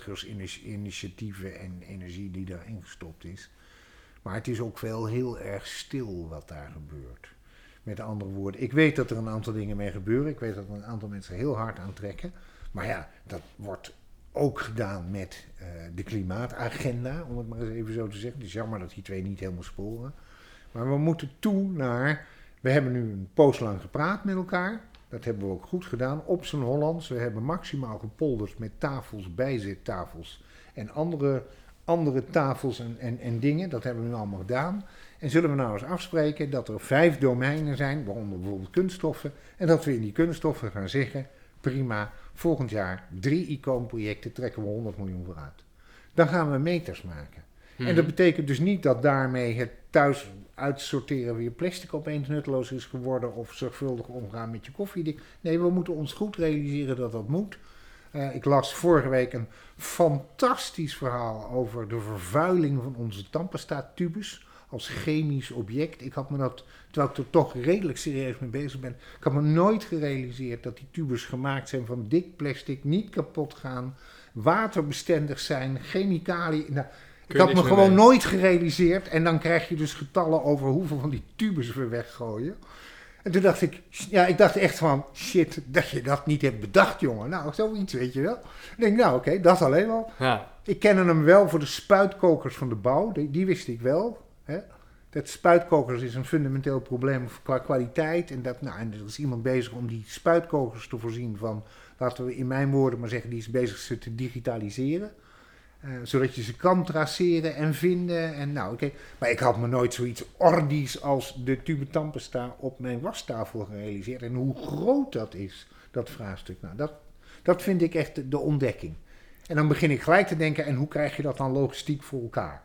vrijwilligersinitiatieven en energie die daarin gestopt is. Maar het is ook wel heel erg stil wat daar gebeurt. Met andere woorden, ik weet dat er een aantal dingen mee gebeuren. Ik weet dat er een aantal mensen heel hard aan trekken. Maar ja, dat wordt ook gedaan met uh, de klimaatagenda, om het maar eens even zo te zeggen. Het is jammer dat die twee niet helemaal sporen. Maar we moeten toe naar... We hebben nu een poos lang gepraat met elkaar. Dat hebben we ook goed gedaan, op z'n Hollands. We hebben maximaal gepolderd met tafels, bijzettafels en andere, andere tafels en, en, en dingen. Dat hebben we nu allemaal gedaan. En zullen we nou eens afspreken dat er vijf domeinen zijn, waaronder bijvoorbeeld kunststoffen. En dat we in die kunststoffen gaan zeggen, prima, volgend jaar drie icoonprojecten trekken we honderd miljoen vooruit. Dan gaan we meters maken. Hmm. En dat betekent dus niet dat daarmee het thuis uitsorteren weer plastic opeens nutteloos is geworden of zorgvuldig omgaan met je koffie. Nee, we moeten ons goed realiseren dat dat moet. Uh, ik las vorige week een fantastisch verhaal over de vervuiling van onze tandpasta-tubes als chemisch object. Ik had me dat, terwijl ik er toch redelijk serieus mee bezig ben, ik had me nooit gerealiseerd dat die tubes gemaakt zijn van dik plastic, niet kapot gaan, waterbestendig zijn, chemicaliën. Nou, ik had me gewoon mee. nooit gerealiseerd. En dan krijg je dus getallen over hoeveel van die tubes we weggooien. En toen dacht ik, ja, ik dacht echt van, shit, dat je dat niet hebt bedacht, jongen. Nou, zoiets, weet je wel. Ik denk, nou, oké, okay, dat alleen al. Ja. Ik kende hem wel voor de spuitkokers van de bouw. Die, die wist ik wel. Hè. Dat spuitkokers is een fundamenteel probleem qua kwaliteit. En, dat, nou, en er is iemand bezig om die spuitkokers te voorzien van, laten we in mijn woorden maar zeggen, die is bezig ze te digitaliseren. Uh, zodat je ze kan traceren en vinden. En nou, okay. Maar ik had me nooit zoiets ordies als de tube tandpasta op mijn wastafel gerealiseerd. En hoe groot dat is, dat vraagstuk. Nou, dat, dat vind ik echt de, de ontdekking. En dan begin ik gelijk te denken, en hoe krijg je dat dan logistiek voor elkaar?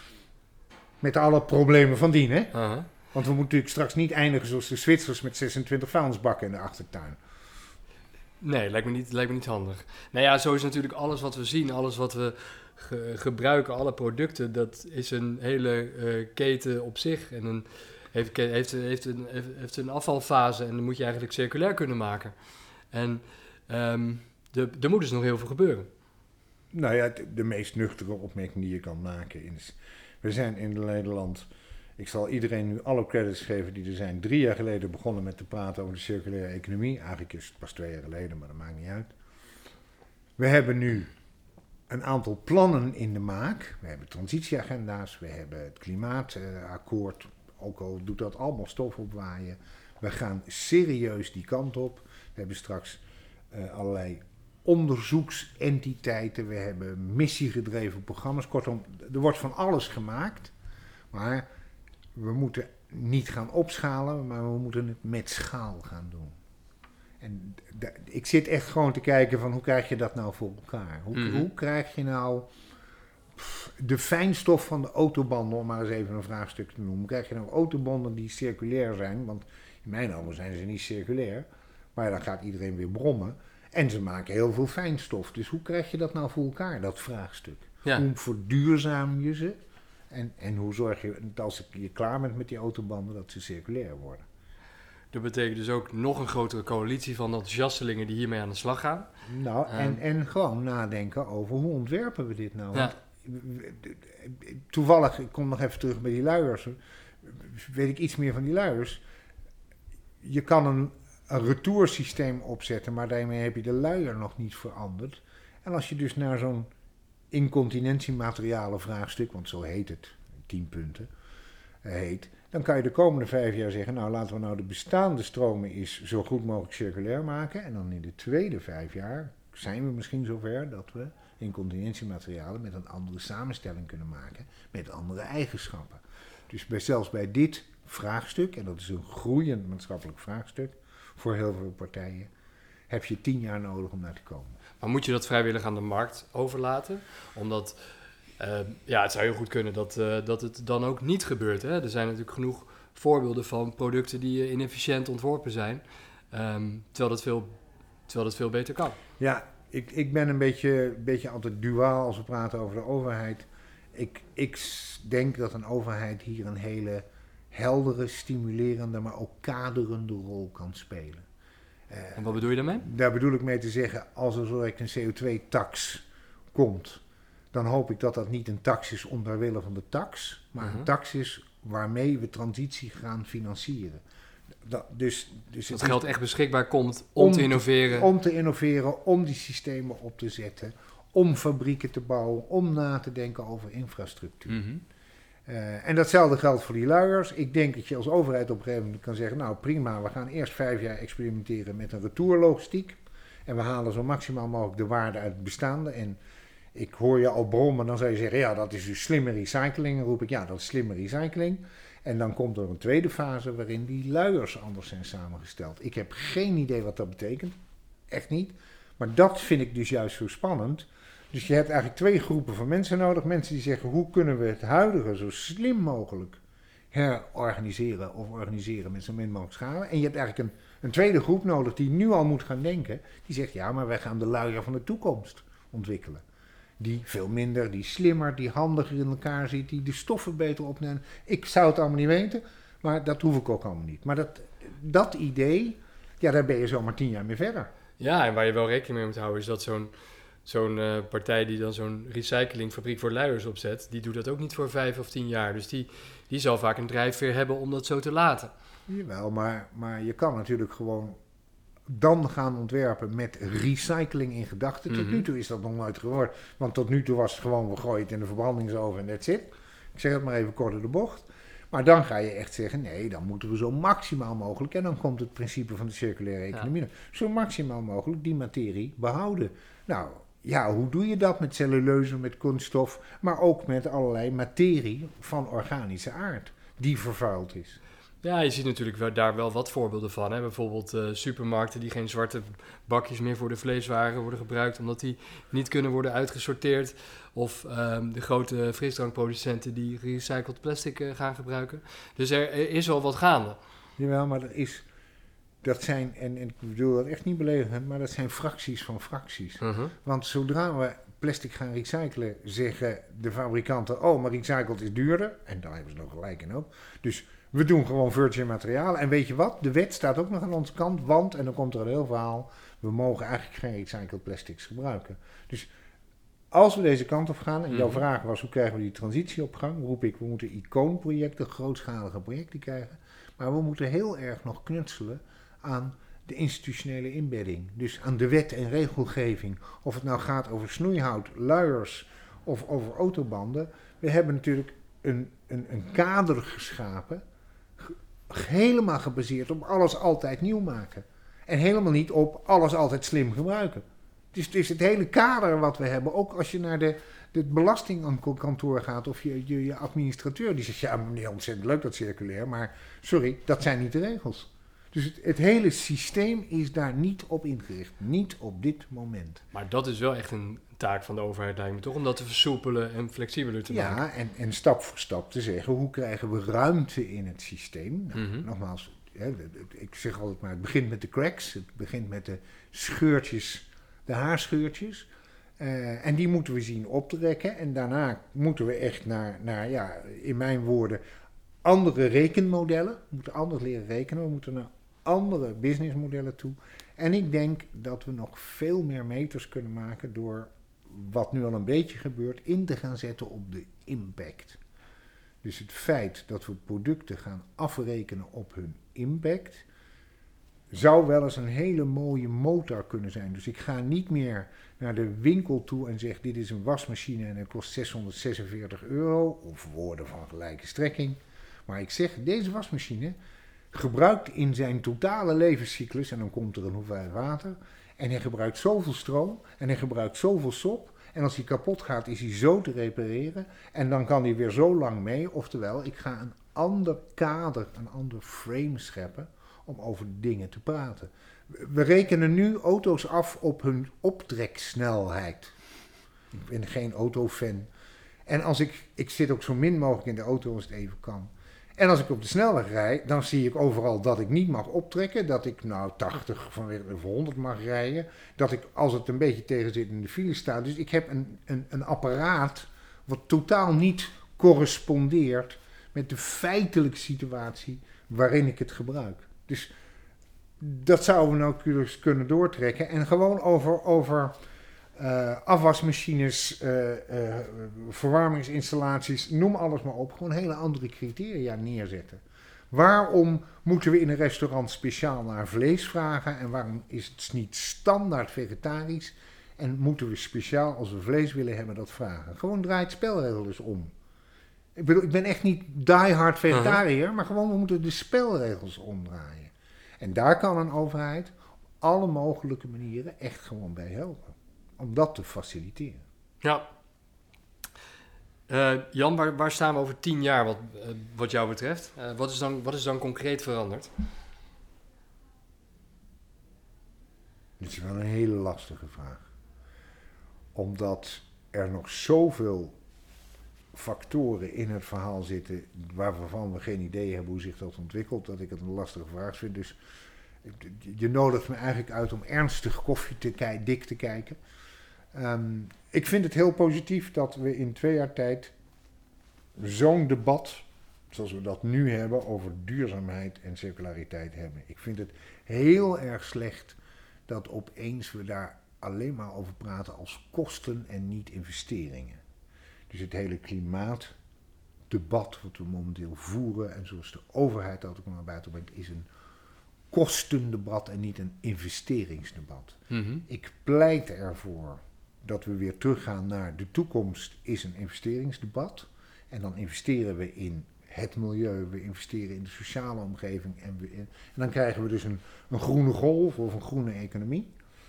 Met alle problemen van dien, hè? Uh-huh. Want we moeten natuurlijk straks niet eindigen zoals de Zwitsers met zesentwintig vuilnisbakken in de achtertuin. Nee, lijkt me niet, lijkt me niet handig. Nou ja, zo is natuurlijk alles wat we zien, alles wat we ge- gebruiken, alle producten, dat is een hele uh, keten op zich. En een, heeft, heeft, heeft, een, heeft een afvalfase en dan moet je eigenlijk circulair kunnen maken. En um, de, er moet dus nog heel veel gebeuren. Nou ja, de, de meest nuchtere opmerking die je kan maken is, we zijn in Nederland, ik zal iedereen nu alle credits geven die er zijn, drie jaar geleden begonnen met te praten over de circulaire economie. Eigenlijk is het pas twee jaar geleden, maar dat maakt niet uit. We hebben nu een aantal plannen in de maak. We hebben transitieagenda's, we hebben het klimaatakkoord, ook al doet dat allemaal stof opwaaien. We gaan serieus die kant op. We hebben straks uh, allerlei onderzoeksentiteiten, we hebben missiegedreven programma's. Kortom, er wordt van alles gemaakt, maar we moeten niet gaan opschalen, maar we moeten het met schaal gaan doen. En d- ik zit echt gewoon te kijken van hoe krijg je dat nou voor elkaar? Hoe, mm-hmm. hoe krijg je nou pff, de fijnstof van de autobanden, om maar eens even een vraagstuk te noemen. Hoe krijg je nou autobanden die circulair zijn? Want in mijn ogen zijn ze niet circulair, maar dan gaat iedereen weer brommen. En ze maken heel veel fijnstof. Dus hoe krijg je dat nou voor elkaar, dat vraagstuk? Ja. Hoe verduurzaam je ze? En, en hoe zorg je, als je klaar bent met die autobanden, dat ze circulair worden? Dat betekent dus ook nog een grotere coalitie van enthousiastelingen die hiermee aan de slag gaan. Nou, um, en, en gewoon nadenken over hoe ontwerpen we dit nou? Ja. Want, toevallig, ik kom nog even terug bij die luiers. Weet ik iets meer van die luiers. Je kan een, een retoursysteem opzetten, maar daarmee heb je de luier nog niet veranderd. En als je dus naar zo'n incontinentiematerialen vraagstuk, want zo heet het, tien punten, uh, heet, dan kan je de komende vijf jaar zeggen, nou laten we nou de bestaande stromen eens zo goed mogelijk circulair maken. En dan in de tweede vijf jaar zijn we misschien zover dat we incontinentiematerialen met een andere samenstelling kunnen maken, met andere eigenschappen. Dus bij, zelfs bij dit vraagstuk, en dat is een groeiend maatschappelijk vraagstuk, voor heel veel partijen, heb je tien jaar nodig om daar te komen. Maar moet je dat vrijwillig aan de markt overlaten? Omdat, uh, ja, het zou heel goed kunnen dat, uh, dat het dan ook niet gebeurt. Hè? Er zijn natuurlijk genoeg voorbeelden van producten die uh, inefficiënt ontworpen zijn, um, terwijl, dat veel, terwijl dat veel beter kan. Ja, ik, ik ben een beetje, beetje altijd duaal als we praten over de overheid. Ik, ik denk dat een overheid hier een hele heldere, stimulerende, maar ook kaderende rol kan spelen. Uh, en wat bedoel je daarmee? Daar bedoel ik mee te zeggen, als er zo direct een C O twee tax komt, dan hoop ik dat dat niet een tax is onder wille van de tax, maar uh-huh. een tax is waarmee we transitie gaan financieren. Dat, dus, dus dat geld echt beschikbaar komt om, om te innoveren. Te, om te innoveren, om die systemen op te zetten, om fabrieken te bouwen, om na te denken over infrastructuur. Mm-hmm. Uh, en datzelfde geldt voor die luiers. Ik denk dat je als overheid op een gegeven moment kan zeggen, nou prima, we gaan eerst vijf jaar experimenteren met een retourlogistiek. En we halen zo maximaal mogelijk de waarde uit het bestaande. En ik hoor je al brommen, dan zou je zeggen, ja, dat is dus slimme recycling. Dan roep ik, ja, dat is slimme recycling. En dan komt er een tweede fase waarin die luiers anders zijn samengesteld. Ik heb geen idee wat dat betekent. Echt niet. Maar dat vind ik dus juist zo spannend. Dus je hebt eigenlijk twee groepen van mensen nodig. Mensen die zeggen, hoe kunnen we het huidige zo slim mogelijk herorganiseren of organiseren met zo min mogelijk schade. En je hebt eigenlijk een, een tweede groep nodig die nu al moet gaan denken. Die zegt, ja, maar wij gaan de luier van de toekomst ontwikkelen. Die veel minder, die slimmer, die handiger in elkaar zit, die de stoffen beter opneemt. Ik zou het allemaal niet weten, maar dat hoef ik ook allemaal niet. Maar dat, dat idee, ja, daar ben je zomaar tien jaar mee verder. Ja, en waar je wel rekening mee moet houden is dat zo'n, zo'n uh, partij die dan zo'n recyclingfabriek voor luiers opzet, die doet dat ook niet voor vijf of tien jaar. Dus die, die zal vaak een drijfveer hebben om dat zo te laten. Jawel, maar, maar je kan natuurlijk gewoon dan gaan ontwerpen met recycling in gedachten. Mm-hmm. Tot nu toe is dat nog nooit geworden. Want tot nu toe was het gewoon, we gooien het in de verbrandingsoven en that's it. Ik zeg het maar even kort door de bocht. Maar dan ga je echt zeggen, nee, dan moeten we zo maximaal mogelijk, en dan komt het principe van de circulaire economie, ja. zo maximaal mogelijk die materie behouden. Nou, ja, hoe doe je dat met cellulose, met kunststof, maar ook met allerlei materie van organische aard die vervuild is? Ja, je ziet natuurlijk daar wel wat voorbeelden van. Hè? Bijvoorbeeld uh, supermarkten die geen zwarte bakjes meer voor de vleeswaren worden gebruikt, omdat die niet kunnen worden uitgesorteerd. Of uh, de grote frisdrankproducenten die gerecycled plastic uh, gaan gebruiken. Dus er, er is wel wat gaande. Jawel, maar er is, dat zijn, en, en ik bedoel dat echt niet beledigend, maar dat zijn fracties van fracties. Uh-huh. Want zodra we plastic gaan recyclen, zeggen de fabrikanten, oh, maar recycled is duurder. En daar hebben ze nog gelijk in ook. Dus we doen gewoon virgin materialen. En weet je wat? De wet staat ook nog aan onze kant. Want, en dan komt er een heel verhaal, we mogen eigenlijk geen recycled plastics gebruiken. Dus als we deze kant op gaan, en jouw vraag was, hoe krijgen we die transitie op gang? Roep ik, we moeten icoonprojecten, grootschalige projecten krijgen. Maar we moeten heel erg nog knutselen aan de institutionele inbedding. Dus aan de wet en regelgeving. Of het nou gaat over snoeihout, luiers of over autobanden. We hebben natuurlijk een, een, een kader geschapen, helemaal gebaseerd op alles altijd nieuw maken. En helemaal niet op alles altijd slim gebruiken. Dus het is het hele kader wat we hebben. Ook als je naar de, de belastingkantoor gaat of je, je, je administrateur. Die zegt, ja meneer, ontzettend leuk dat circulair. Maar sorry, dat zijn niet de regels. Dus het, het hele systeem is daar niet op ingericht. Niet op dit moment. Maar dat is wel echt een taak van de overheid, lijkt me toch? Om dat te versoepelen en flexibeler te ja, maken. Ja, en, en stap voor stap te zeggen, hoe krijgen we ruimte in het systeem? Nou, mm-hmm. Nogmaals, hè, ik zeg altijd maar, het begint met de cracks. Het begint met de scheurtjes, de haarscheurtjes. Uh, en die moeten we zien optrekken. En daarna moeten we echt naar, naar ja, in mijn woorden, andere rekenmodellen. We moeten anders leren rekenen. We moeten naar andere businessmodellen toe. En ik denk dat we nog veel meer meters kunnen maken door wat nu al een beetje gebeurt, in te gaan zetten op de impact. Dus het feit dat we producten gaan afrekenen op hun impact, zou wel eens een hele mooie motor kunnen zijn. Dus ik ga niet meer naar de winkel toe en zeg, dit is een wasmachine en het kost zeshonderdzesenveertig euro, of woorden van gelijke strekking. Maar ik zeg, deze wasmachine gebruikt in zijn totale levenscyclus, en dan komt er een hoeveelheid water, en hij gebruikt zoveel stroom, en hij gebruikt zoveel sop, en als hij kapot gaat, is hij zo te repareren, en dan kan hij weer zo lang mee. Oftewel, ik ga een ander kader, een ander frame scheppen, om over dingen te praten. We rekenen nu auto's af op hun optreksnelheid. Ik ben geen autofan. En als ik, ik zit ook zo min mogelijk in de auto als het even kan. En als ik op de snelweg rijd, dan zie ik overal dat ik niet mag optrekken. Dat ik nou tachtig vanwege of honderd mag rijden. Dat ik, als het een beetje tegen zit, in de file sta. Dus ik heb een, een, een apparaat wat totaal niet correspondeert met de feitelijke situatie waarin ik het gebruik. Dus dat zouden we nou kunnen doortrekken. En gewoon over, over uh, afwasmachines, uh, uh, verwarmingsinstallaties, noem alles maar op. Gewoon hele andere criteria neerzetten. Waarom moeten we in een restaurant speciaal naar vlees vragen? En waarom is het niet standaard vegetarisch? En moeten we speciaal, als we vlees willen hebben, dat vragen? Gewoon draai het spelregel eens om. Ik bedoel, ik ben echt niet diehard vegetariër, uh-huh. maar gewoon we moeten de spelregels omdraaien. En daar kan een overheid op alle mogelijke manieren echt gewoon bij helpen. Om dat te faciliteren. Ja. Uh, Jan, waar, waar staan we over tien jaar wat, uh, wat jou betreft? Uh, wat is dan, wat is dan concreet veranderd? Dit is wel een hele lastige vraag. Omdat er nog zoveel factoren in het verhaal zitten waarvan we geen idee hebben hoe zich dat ontwikkelt, dat ik het een lastige vraag vind. Dus je nodigt me eigenlijk uit om ernstig koffie te ki- dik te kijken. Um, ik vind het heel positief dat we in twee jaar tijd zo'n debat, zoals we dat nu hebben, over duurzaamheid en circulariteit hebben. Ik vind het heel erg slecht dat opeens we daar alleen maar over praten als kosten en niet investeringen. Dus het hele klimaatdebat wat we momenteel voeren en zoals de overheid dat ook naar buiten brengt, is een kostendebat en niet een investeringsdebat. Mm-hmm. Ik pleit ervoor dat we weer teruggaan naar de toekomst is een investeringsdebat. En dan investeren we in het milieu, we investeren in de sociale omgeving. En, we in, en dan krijgen we dus een, een groene golf of een groene economie.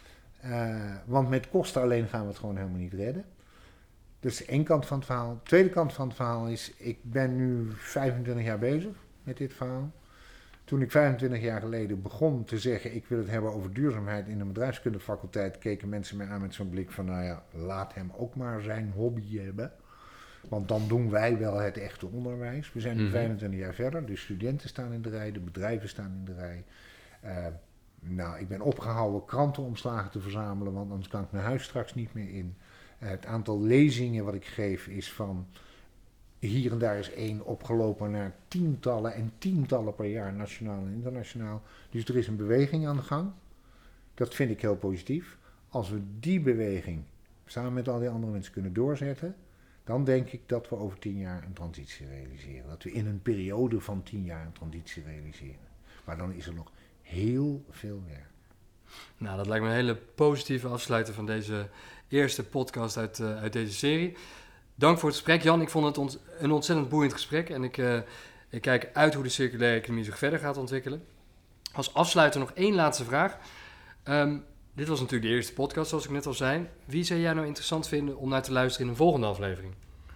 Uh, want met kosten alleen gaan we het gewoon helemaal niet redden. Dat is één kant van het verhaal. De tweede kant van het verhaal is, ik ben nu vijfentwintig jaar bezig met dit verhaal. Toen ik vijfentwintig jaar geleden begon te zeggen, ik wil het hebben over duurzaamheid in de bedrijfskundefaculteit, keken mensen mij aan met zo'n blik van, nou ja, laat hem ook maar zijn hobby hebben. Want dan doen wij wel het echte onderwijs. We zijn nu mm-hmm. vijfentwintig jaar verder, de studenten staan in de rij, de bedrijven staan in de rij. Uh, nou, ik ben opgehouden krantenomslagen te verzamelen, want anders kan ik mijn huis straks niet meer in. Uh, het aantal lezingen wat ik geef is van hier en daar is één opgelopen naar tientallen en tientallen per jaar, nationaal en internationaal. Dus er is een beweging aan de gang. Dat vind ik heel positief. Als we die beweging samen met al die andere mensen kunnen doorzetten, dan denk ik dat we over tien jaar een transitie realiseren. Dat we in een periode van tien jaar een transitie realiseren. Maar dan is er nog heel veel werk. Nou, dat lijkt me een hele positieve afsluiter van deze eerste podcast uit, uh, uit deze serie. Dank voor het gesprek, Jan. Ik vond het ont- een ontzettend boeiend gesprek. En ik, uh, ik kijk uit hoe de circulaire economie zich verder gaat ontwikkelen. Als afsluiter nog één laatste vraag. Um, dit was natuurlijk de eerste podcast, zoals ik net al zei. Wie zou jij nou interessant vinden om naar te luisteren in een volgende aflevering?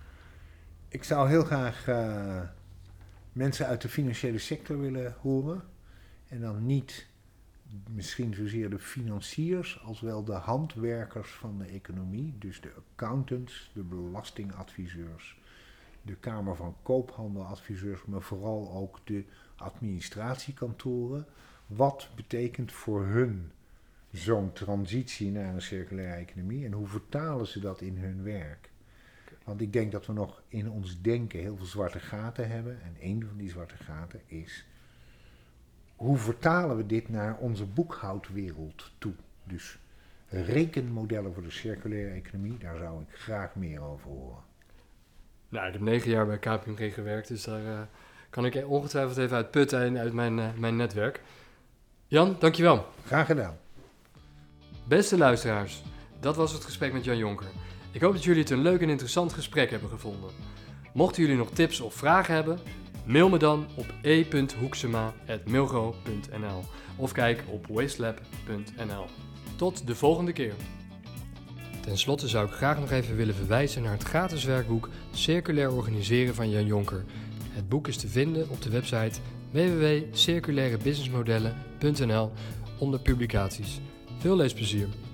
Ik zou heel graag uh, mensen uit de financiële sector willen horen. En dan niet misschien zozeer de financiers als wel de handwerkers van de economie. Dus de accountants, de belastingadviseurs, de Kamer van Koophandeladviseurs, maar vooral ook de administratiekantoren. Wat betekent voor hun zo'n transitie naar een circulaire economie en hoe vertalen ze dat in hun werk? Want ik denk dat we nog in ons denken heel veel zwarte gaten hebben. En een van die zwarte gaten is, hoe vertalen we dit naar onze boekhoudwereld toe? Dus rekenmodellen voor de circulaire economie, daar zou ik graag meer over horen. Nou, ik heb negen jaar bij K P M G gewerkt, dus daar uh, kan ik ongetwijfeld even uit putten en uit mijn, uh, mijn netwerk. Jan, dankjewel. Graag gedaan. Beste luisteraars, dat was het gesprek met Jan Jonker. Ik hoop dat jullie het een leuk en interessant gesprek hebben gevonden. Mochten jullie nog tips of vragen hebben, mail me dan op e punt hoeksema apenstaartje milgo punt n l of kijk op wastelab punt n l. Tot de volgende keer. Ten slotte zou ik graag nog even willen verwijzen naar het gratis werkboek Circulair Organiseren van Jan Jonker, Het boek is te vinden op de website w w w punt circulaire businessmodellen punt n l onder publicaties. Veel leesplezier!